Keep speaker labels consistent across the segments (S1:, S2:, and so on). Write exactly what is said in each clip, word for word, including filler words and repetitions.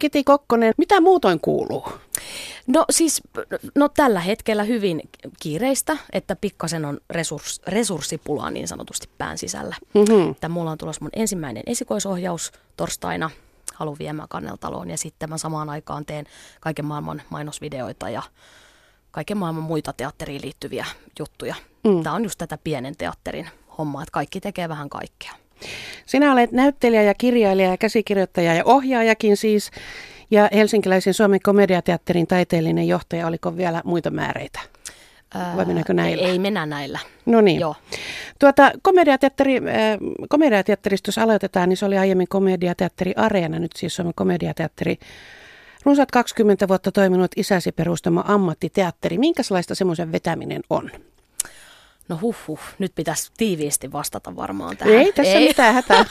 S1: Kiti Kokkonen, mitä muutoin kuuluu?
S2: No siis, no tällä hetkellä hyvin kiireistä, että pikkasen on resurs, resurssipulaa niin sanotusti pään sisällä. Mm-hmm. Että mulla on tulossa mun ensimmäinen esikoisohjaus torstaina, haluan viemään Kanneltaloon ja sitten mä samaan aikaan teen kaiken maailman mainosvideoita ja kaiken maailman muita teatteriin liittyviä juttuja. Mm. Tämä on just tätä pienen teatterin hommaa, että kaikki tekee vähän kaikkea.
S1: Sinä olet näyttelijä ja kirjailija ja käsikirjoittaja ja ohjaajakin siis. Ja helsinkiläisen Suomen komediateatterin taiteellinen johtaja, oliko vielä muita määreitä? Vai mennäänkö näillä?
S2: Ei mennä näillä.
S1: No niin.
S2: Joo.
S1: Tuota, komediateatteri, äh, komediateatterista jos aloitetaan, niin se oli aiemmin Komediateatteri Areena, nyt siis Suomen komediateatteri. Runsaat kaksikymmentä vuotta toiminut isäsi perustama ammattiteatteri. Minkälaista semmoisen vetäminen on?
S2: No huh huh, nyt pitäisi tiiviisti vastata varmaan tähän.
S1: Ei tässä Ei. mitään hätää.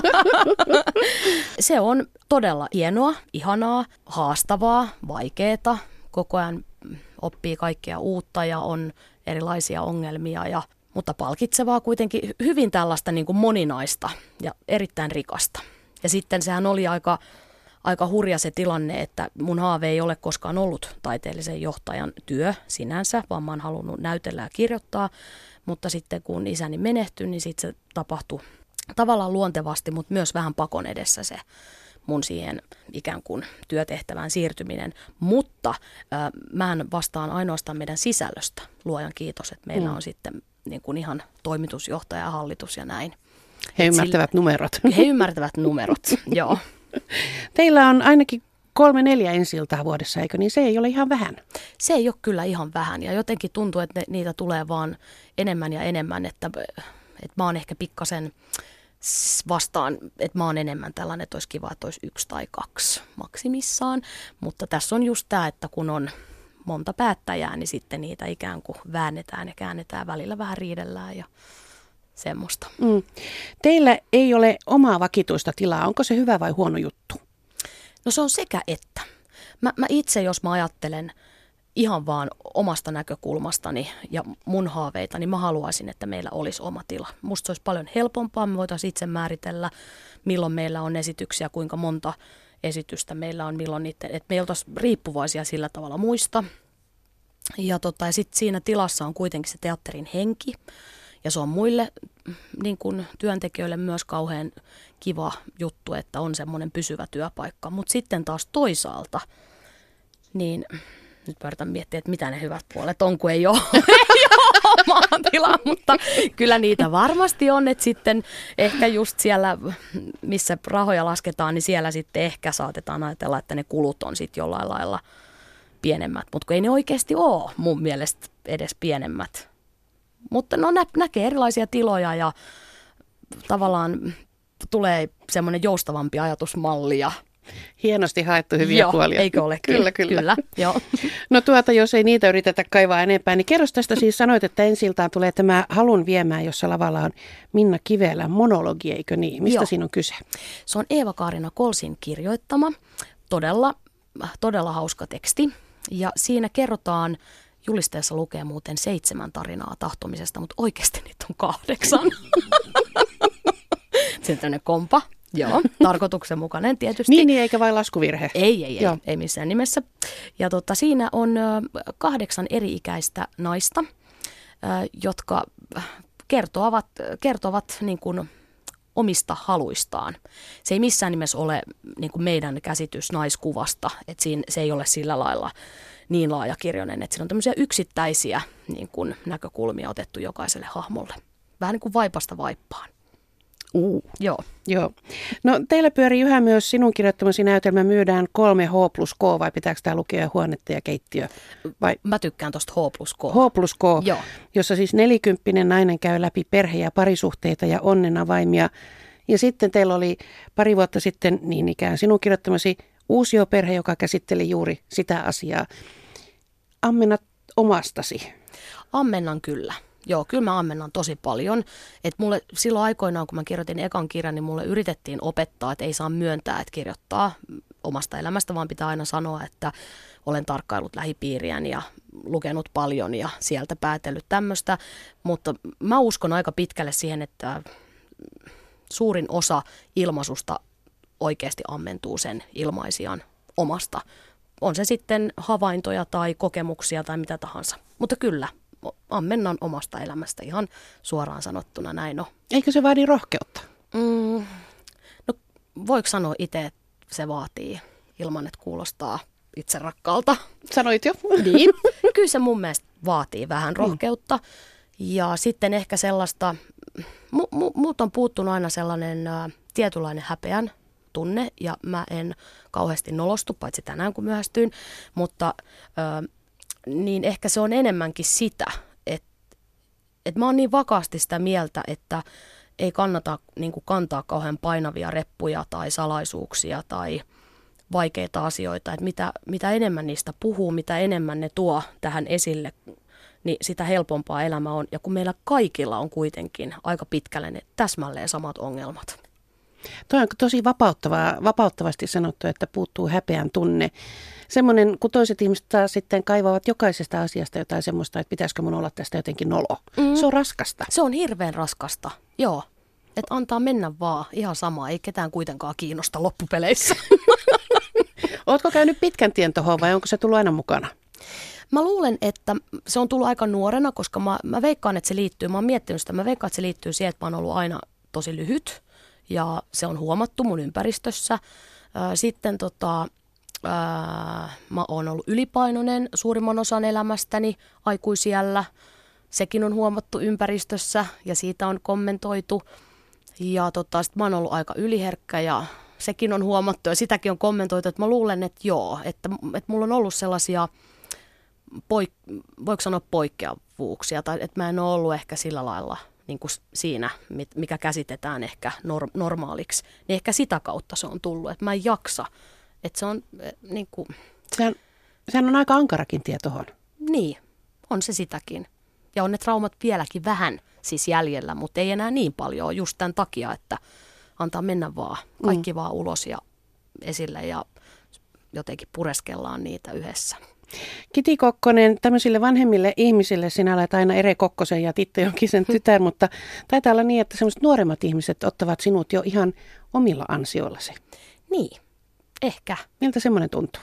S2: Se on todella hienoa, ihanaa, haastavaa, vaikeaa. Koko ajan oppii kaikkea uutta ja on erilaisia ongelmia, ja, mutta palkitsevaa kuitenkin, hyvin tällaista niin kuin moninaista ja erittäin rikasta. Ja sitten sehän oli aika, aika hurja se tilanne, että mun haave ei ole koskaan ollut taiteellisen johtajan työ sinänsä, vaan mä oon halunnut näytellä ja kirjoittaa. Mutta sitten kun isäni menehtyi, niin sitten se tapahtui tavallaan luontevasti, mutta myös vähän pakon edessä se mun siihen ikään kuin työtehtävään siirtyminen. Mutta äh, mähän vastaan ainoastaan meidän sisällöstä, luojan kiitos, että meillä mm. on sitten niin kuin ihan toimitusjohtaja ja hallitus ja näin.
S1: He ymmärtävät sillä, numerot.
S2: He ymmärtävät numerot, joo.
S1: Teillä on ainakin kolme neljä ensi-iltaa vuodessa, eikö niin? Se ei ole ihan vähän.
S2: Se ei ole kyllä ihan vähän ja jotenkin tuntuu, että ne, niitä tulee vaan enemmän ja enemmän, että, että mä oon ehkä pikkasen vastaan, että mä oon enemmän tällainen, että olisi kiva, että olisi yksi tai kaksi maksimissaan, mutta tässä on just tämä, että kun on monta päättäjää, niin sitten niitä ikään kuin väännetään ja käännetään, välillä vähän riidellään ja semmoista.
S1: Mm. Teillä ei ole omaa vakituista tilaa, onko se hyvä vai huono juttu?
S2: No se on sekä että. Mä, mä itse, jos mä ajattelen ihan vaan omasta näkökulmastani ja mun haaveita, niin mä haluaisin, että meillä olisi oma tila. Musta se olisi paljon helpompaa, me voitaisiin itse määritellä, milloin meillä on esityksiä, kuinka monta esitystä meillä on, milloin niiden, että me ei oltaisi riippuvaisia sillä tavalla muista. Ja, tota, ja sitten siinä tilassa on kuitenkin se teatterin henki. Ja se on muille niin kuin työntekijöille myös kauhean kiva juttu, että on semmoinen pysyvä työpaikka. Mutta sitten taas toisaalta, niin nyt pyritään miettiä, että mitä ne hyvät puolet on, kun ei ole, ei ole omaa tilaa. Mutta kyllä niitä varmasti on, että sitten ehkä just siellä, missä rahoja lasketaan, niin siellä sitten ehkä saatetaan ajatella, että ne kulut on sitten jollain lailla pienemmät. Mutta kun ei ne oikeasti ole mun mielestä edes pienemmät. Mutta no nä- näkee erilaisia tiloja ja tavallaan tulee semmoinen joustavampi ajatusmalli. Ja
S1: hienosti haettu hyviä
S2: joo,
S1: puolia.
S2: Eikö olekin?
S1: Kyllä, kyllä.
S2: kyllä joo.
S1: No tuota, jos ei niitä yritetä kaivaa enempää, niin kerros tästä siis sanoit, että ensi-iltaan tulee tämä Halun viemään, jossa lavalla on Minna Kivelän monologi, eikö niin? Mistä joo. siinä on kyse?
S2: Se on Eeva-Kaarina Kolsin kirjoittama, todella, todella hauska teksti ja siinä kerrotaan, julisteessa lukee muuten seitsemän tarinaa tahtomisesta, mutta oikeasti niitä on kahdeksan. Se on tämmöinen kompa. Joo, tarkoituksenmukainen tietysti.
S1: Niin, niin, eikä vain laskuvirhe.
S2: Ei, ei, ei, ei missään nimessä. Ja tota, siinä on kahdeksan eri-ikäistä naista, jotka kertovat, kertovat niin kuin omista haluistaan. Se ei missään nimessä ole niin kuin meidän käsitys naiskuvasta, että siinä, se ei ole sillä lailla niin laajakirjoinen, että siinä on tämmöisiä yksittäisiä niin kuin näkökulmia otettu jokaiselle hahmolle. Vähän niin kuin vaipasta vaippaan.
S1: Uh.
S2: Joo.
S1: Joo. No teillä pyörii yhä myös sinun kirjoittamasi näytelmä Myydään kolme H plus K, vai pitääkö tämä lukea huonetta ja keittiö? Vai?
S2: Mä tykkään tuosta H plus K.
S1: H plus K,
S2: joo.
S1: Jossa siis nelikymppinen nainen käy läpi perhe- ja parisuhteita ja onnenavaimia. Ja sitten teillä oli pari vuotta sitten niin ikään sinun kirjoittamasi Uusioperhe, joka käsitteli juuri sitä asiaa. Ammennat omastasi.
S2: Ammennan kyllä. Joo, kyllä mä ammennan tosi paljon. Et mulle silloin aikoinaan, kun mä kirjoitin ekan kirjan, niin mulle yritettiin opettaa, että ei saa myöntää, että kirjoittaa omasta elämästä, vaan pitää aina sanoa, että olen tarkkaillut lähipiiriäni ja lukenut paljon ja sieltä päätellyt tämmöistä. Mutta mä uskon aika pitkälle siihen, että suurin osa ilmaisusta oikeasti ammentuu sen ilmaisijan omasta. On se sitten havaintoja tai kokemuksia tai mitä tahansa. Mutta kyllä, ammennan omasta elämästä ihan suoraan sanottuna näin on.
S1: Eikö se vaadi rohkeutta?
S2: Mm, no voiko sanoa itse, että se vaatii ilman, että kuulostaa itse rakkaalta.
S1: Sanoit jo.
S2: Niin. Kyllä se mun mielestä vaatii vähän rohkeutta. Ja sitten ehkä sellaista, mu, mu, mut on puuttunut aina sellainen ä, tietynlainen häpeän tunne. Ja mä en kauheasti nolostu, paitsi tänään kun myöhästyin. Mutta ä, niin ehkä se on enemmänkin sitä, että et mä oon niin vakaasti sitä mieltä, että ei kannata niin kuin kantaa kauhean painavia reppuja tai salaisuuksia tai vaikeita asioita, että mitä, mitä enemmän niistä puhuu, mitä enemmän ne tuo tähän esille, niin sitä helpompaa elämä on. Ja kun meillä kaikilla on kuitenkin aika pitkälle ne täsmälleen samat ongelmat.
S1: Toi on tosi vapauttavaa, vapauttavasti sanottu, että puuttuu häpeän tunne. Semmoinen, kun toiset ihmiset taas sitten kaivavat jokaisesta asiasta jotain semmoista, että pitäisikö mun olla tästä jotenkin nolo. Mm. Se on raskasta.
S2: Se on hirveän raskasta, joo. Että antaa mennä vaan, ihan sama, ei ketään kuitenkaan kiinnosta loppupeleissä.
S1: Ootko käynyt pitkän tien tohon vai onko se tullut aina mukana?
S2: Mä luulen, että se on tullut aika nuorena, koska mä, mä veikkaan, että se liittyy, mä oon miettinyt sitä, mä veikkaan, että se liittyy siihen, että mä oon ollut aina tosi lyhyt ja se on huomattu mun ympäristössä. Sitten tota, ää, mä oon ollut ylipainoinen suurimman osan elämästäni aikuisiällä. Sekin on huomattu ympäristössä ja siitä on kommentoitu. Ja tota, sit mä oon ollut aika yliherkkä ja sekin on huomattu ja sitäkin on kommentoitu, että mä luulen, että joo, että, että mulla on ollut sellaisia, poik- voiko sanoa poikkeavuuksia, tai että mä en ole ollut ehkä sillä lailla niin kuin siinä, mikä käsitetään ehkä nor- normaaliksi, niin ehkä sitä kautta se on tullut, että mä en jaksa, että se on niin kuin...
S1: Sehän, sehän on aika ankarakin tie tohon.
S2: Niin, on se sitäkin. Ja on ne traumat vieläkin vähän siis jäljellä, mutta ei enää niin paljon just tämän takia, että antaa mennä vaan, kaikki mm. vaan ulos ja esille ja jotenkin pureskellaan niitä yhdessä.
S1: Kiti Kokkonen, tämmöisille vanhemmille ihmisille sinä olet aina Ere Kokkosen ja Titta Jonkisen tytär, mutta taitaa olla niin, että semmoiset nuoremmat ihmiset ottavat sinut jo ihan omilla ansioillasi.
S2: Niin, ehkä.
S1: Miltä semmoinen tuntuu?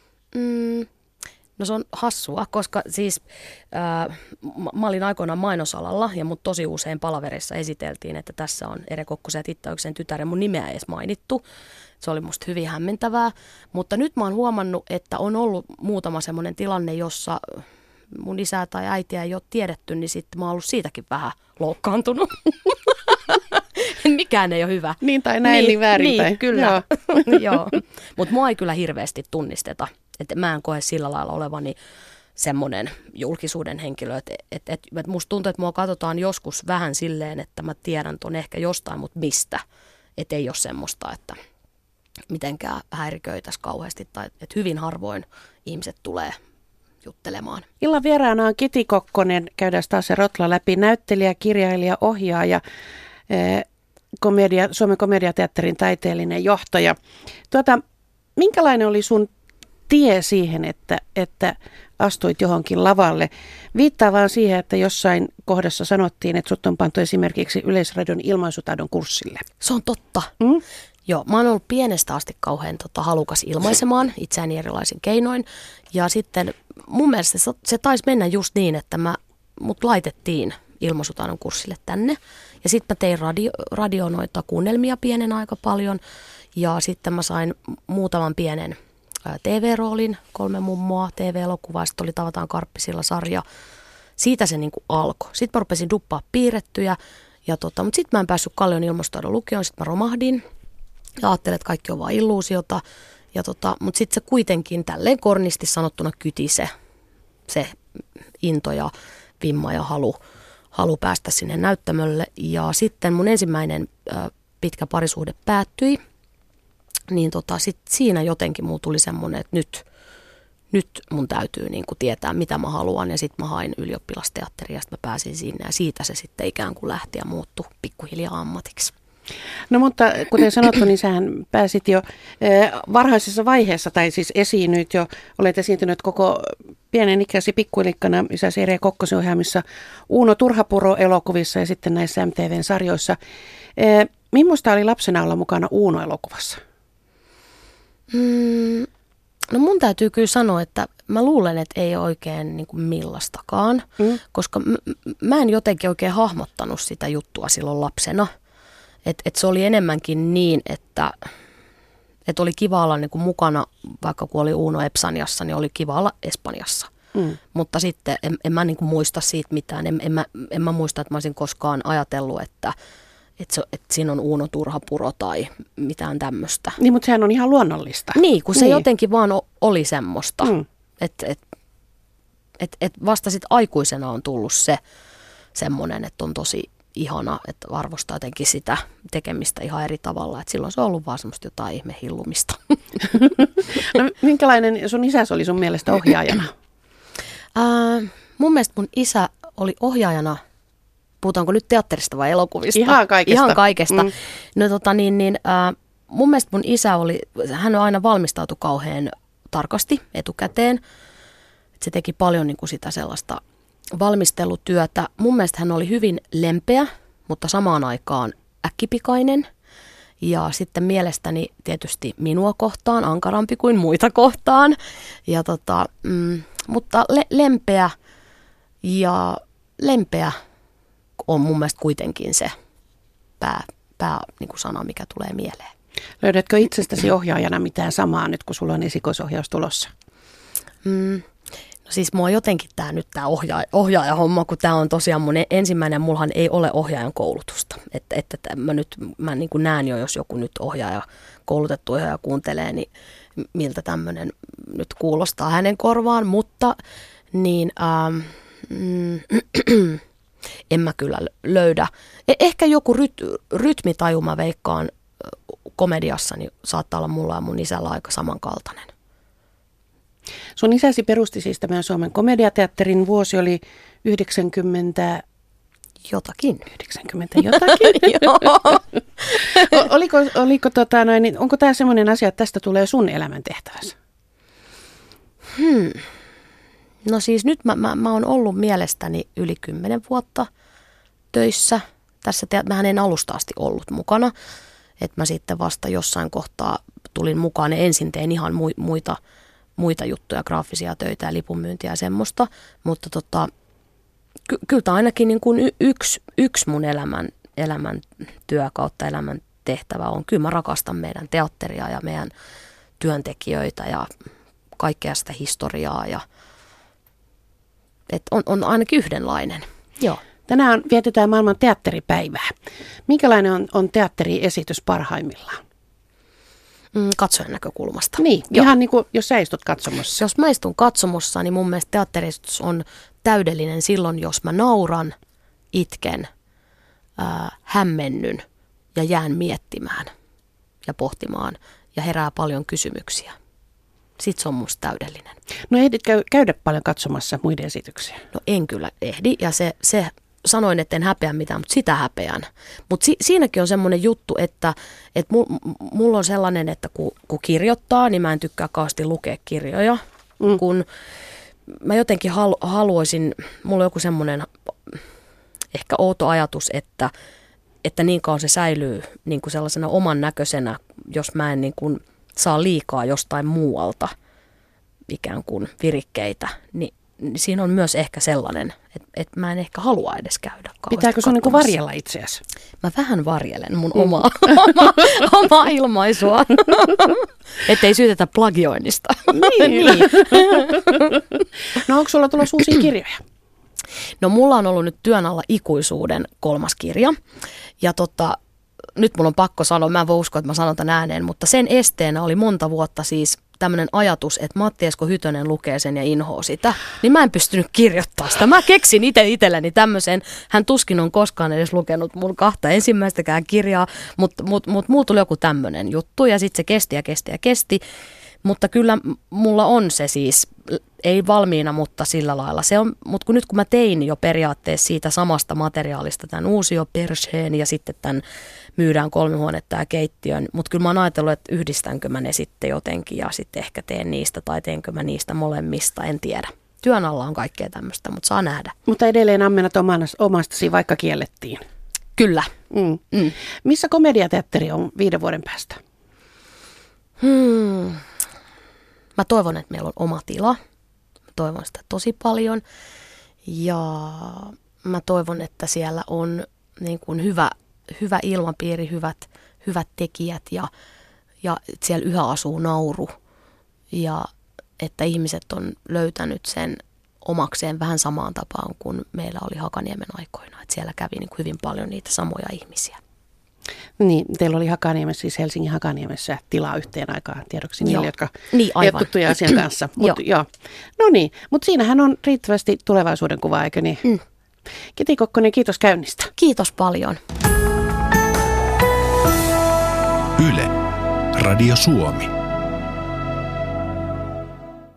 S2: Mm. No se on hassua, koska siis ää, mä olin aikoinaan mainosalalla ja mut tosi usein palaverissa esiteltiin, että tässä on Ere Kokkosen ja Titta Jonkisen tytär ja mun nimeä ei edes mainittu. Se oli musta hyvin hämmentävää, mutta nyt mä oon huomannut, että on ollut muutama semmoinen tilanne, jossa mun isää tai äitiä ei ole tiedetty, niin sitten mä oon ollut siitäkin vähän loukkaantunut. Mikään ei ole hyvä.
S1: Niin tai näin, niin, niin väärinpäin.
S2: Niin, kyllä. Joo. Mutta mua ei kyllä hirveästi tunnisteta. Että mä en koe sillä lailla olevani semmoinen julkisuuden henkilö, että et, et, et musta tuntuu, että mua katsotaan joskus vähän silleen, että mä tiedän ton ehkä jostain, mutta mistä. Että ei ole semmoista, että mitenkään häiriköitäisi kauheasti tai että hyvin harvoin ihmiset tulee juttelemaan.
S1: Illan vieraana on Kiti Kokkonen, käydään taas se rotla läpi, näyttelijä, kirjailija, ohjaaja, eh, komedia, Suomen komediateatterin taiteellinen johtaja. Tuota, minkälainen oli sun tie siihen, että, että astuit johonkin lavalle? Viittaa vaan siihen, että jossain kohdassa sanottiin, että sut on pantu esimerkiksi Yleisradion ilmaisutaidon kurssille.
S2: Se on totta.
S1: Mm?
S2: Joo, mä oon ollut pienestä asti kauhean tota, halukas ilmaisemaan itseäni erilaisin keinoin. Ja sitten mun mielestä se, se taisi mennä just niin, että mä, mut laitettiin ilmaisutaidon kurssille tänne. Ja sitten mä tein radio, radio noita kuunnelmia pienen aika paljon. Ja sitten mä sain muutaman pienen T V-roolin, kolme mummoa, T V-elokuvaa, sitten oli Tavataan Karppisilla sarja. Siitä se niin kuin alkoi. Sitten mä rupesin duppaa piirrettyjä, ja tota, mutta sitten mä en päässyt Kallion ilmaisutaidon lukioon, sitten mä romahdin ja ajattelin, että kaikki on vaan illuusiota. Ja tota, mutta sitten se kuitenkin tälleen kornisti sanottuna kyti se, se into ja vimma ja halu, halu päästä sinne näyttämölle. Ja sitten mun ensimmäinen ö, pitkä parisuhde päättyi. Niin tota, sit siinä jotenkin mulla tuli semmoinen, että nyt, nyt mun täytyy niin kuin tietää, mitä mä haluan. Ja sitten mä hain ylioppilasteatteria ja sitten mä pääsin sinne. Ja siitä se sitten ikään kuin lähti ja muuttui pikkuhiljaa ammatiksi.
S1: No mutta kuten sanottu, niin sähän pääsit jo eh, varhaisessa vaiheessa, tai siis esiinnyt jo, olet esiintynyt koko pienen ikäsi pikkuilikkana isäsi Ere Kokkosen ohjaamissa Uuno Turhapuro-elokuvissa ja sitten näissä M T V:n sarjoissa. Eh, millaista oli lapsena olla mukana Uuno-elokuvassa?
S2: Mm, No mun täytyy kyllä sanoa, että mä luulen, että ei oikein niin kuin millastakaan, mm. koska m- mä en jotenkin oikein hahmottanut sitä juttua silloin lapsena. Että et se oli enemmänkin niin, että et oli kiva olla niin kuin mukana, vaikka kun oli Uno Epsaniassa, niin oli kiva olla Espanjassa. Mm. Mutta sitten en, en mä niin kuin muista siitä mitään. En, en, mä, en mä muista, että mä olisin koskaan ajatellut, että Että, se, että siinä on Uuno Turhapuro tai mitään tämmöistä.
S1: Niin, mutta sehän on ihan luonnollista.
S2: Niin, kun se
S1: niin.
S2: jotenkin vaan oli semmoista. Mm. Että et, et, et vasta sitten aikuisena on tullut se semmoinen, että on tosi ihana, että arvostaa jotenkin sitä tekemistä ihan eri tavalla. Että silloin se on ollut vaan semmoista jotain ihmehillumista.
S1: No, minkälainen sun isäsi oli sun mielestä ohjaajana?
S2: Äh, mun mielestä mun isä oli ohjaajana. Puhutaanko nyt teatterista vai elokuvista?
S1: Ihan kaikesta.
S2: Ihan kaikesta. Mm. No tota niin, niin äh, mun mielestä mun isä oli, hän on aina valmistautu kauhean tarkasti etukäteen. Et se teki paljon niin kuin sitä sellaista valmistelutyötä. Mun mielestä hän oli hyvin lempeä, mutta samaan aikaan äkkipikainen. Ja sitten mielestäni tietysti minua kohtaan, ankarampi kuin muita kohtaan. Ja tota, mm, mutta le- lempeä ja lempeä on mun mielestä kuitenkin se pää, pää niin kuin sana, mikä tulee mieleen.
S1: Löydätkö itsestäsi ohjaajana mitään samaa nyt, kun sulla on esikoisohjaus tulossa?
S2: Mm, no siis mua jotenkin tää nyt tää ohjaaja, ohjaajahomma, kun tää on tosiaan mun ensimmäinen, mullahan ei ole ohjaajan koulutusta. Että, että mä nyt mä niin kuin näen jo, jos joku nyt ohjaaja, koulutettu ohjaaja kuuntelee, niin miltä tämmöinen nyt kuulostaa hänen korvaan, mutta niin ähm, mm, en mä kyllä löydä. Ehkä joku ryt, rytmitaju, mä veikkaan komediassa, niin saattaa olla mulla ja mun isällä aika samankaltainen.
S1: Sun isäsi perusti siis tämän Suomen komediateatterin. Vuosi oli yhdeksänkymmentä...
S2: Jotakin.
S1: yhdeksänkymmentä jotakin? oliko, oliko tota noin, onko tämä semmoinen asia, että tästä tulee sun elämäntehtävässä?
S2: Hmm. No siis nyt mä, mä, mä oon ollut mielestäni yli kymmenen vuotta töissä. Tässä te- mähän en alusta asti ollut mukana. Että mä sitten vasta jossain kohtaa tulin mukaan. Ja ensin tein ihan mu- muita, muita juttuja, graafisia töitä ja lipunmyyntiä ja semmoista. Mutta tota, ky- kyllä tämä ainakin niin kuin y- yksi, yksi mun elämän, elämän työ kautta elämän tehtävä on. Kyllä mä rakastan meidän teatteria ja meidän työntekijöitä ja kaikkea sitä historiaa ja että on, on ainakin yhdenlainen. Joo.
S1: Tänään vietetään maailman teatteripäivää. Minkälainen on, on teatteriesitys parhaimmillaan?
S2: Mm, katsojan näkökulmasta.
S1: Niin,
S2: Joo.
S1: Ihan niin kuin jos sä istut katsomossa.
S2: Jos mä istun katsomossa, niin mun mielestä teatteriesitys on täydellinen silloin, jos mä nauran, itken, ää, hämmennyn ja jään miettimään ja pohtimaan ja herää paljon kysymyksiä. Sitten se on musta täydellinen.
S1: No ehditkö käydä paljon katsomassa muiden esityksiä?
S2: No en kyllä ehdi ja se, se sanoin, että en häpeä mitään, mutta sitä häpeän. Mutta si, siinäkin on semmoinen juttu, että et mulla on sellainen, että kun, kun kirjoittaa, niin mä en tykkää kauheasti lukea kirjoja. Mm. Kun mä jotenkin halu, haluaisin, mulla on joku semmoinen ehkä outo ajatus, että, että niin kauan se säilyy niin kuin sellaisena oman näköisenä, jos mä en niin kuin saa liikaa jostain muualta ikään kuin virikkeitä, niin, niin siinä on myös ehkä sellainen, että, että mä en ehkä halua edes käydä.
S1: Pitääkö sun niin varjella itseäsi?
S2: Mä vähän varjelen mun mm. omaa, omaa, omaa ilmaisua, ettei syytetä plagioinnista.
S1: Niin. niin. No onko sulla tulossa uusia kirjoja?
S2: No mulla on ollut nyt työn alla Ikuisuuden kolmas kirja ja tota, nyt mulla on pakko sanoa, mä en voi uskoa, että mä sanon tämän ääneen, mutta sen esteenä oli monta vuotta siis tämmöinen ajatus, että Matti Esko Hytönen lukee sen ja inhoaa sitä, niin mä en pystynyt kirjoittamaan sitä. Mä keksin itse itselleni tämmöisen, hän tuskin on koskaan edes lukenut mun kahta ensimmäistäkään kirjaa, mutta mut, mut, mulla tuli joku tämmöinen juttu ja sitten se kesti ja kesti ja kesti. Mutta kyllä mulla on se siis, ei valmiina, mutta sillä lailla. Se on, mutta kun nyt kun mä tein jo periaatteessa siitä samasta materiaalista tämän uusiopersheen ja sitten tämän myydään kolmihuonetta ja keittiön, mutta kyllä mä oon ajatellut, että yhdistänkö mä ne sitten jotenkin ja sitten ehkä teen niistä tai teenkö mä niistä molemmista, en tiedä. Työn alla on kaikkea tämmöistä, mutta saa nähdä.
S1: Mutta edelleen ammennat omastasi, vaikka kiellettiin.
S2: Kyllä.
S1: Mm. Mm. Missä komediateatteri on viiden vuoden päästä?
S2: Hmm. mä toivon, että meillä on oma tila. Mä toivon sitä tosi paljon. Ja mä toivon, että siellä on niin kuin hyvä, hyvä ilmapiiri, hyvät, hyvät tekijät ja, ja siellä yhä asuu nauru. Ja että ihmiset on löytänyt sen omakseen vähän samaan tapaan kuin meillä oli Hakaniemen aikoina. Että siellä kävi niin kuin hyvin paljon niitä samoja ihmisiä.
S1: Niin, teillä oli Hakaniemessä, siis Helsingin Hakaniemessä tilaa yhteen aikaan tiedoksi niille, jotka
S2: niin,
S1: eivät tuttuja asian kanssa. Mut, joo. Joo. No niin, mutta siinähän on riittävästi tulevaisuuden kuva, eikö niin? Mm. Kiti Kokkonen, kiitos käynnistä.
S2: Kiitos paljon.
S3: Yle, Radio Suomi.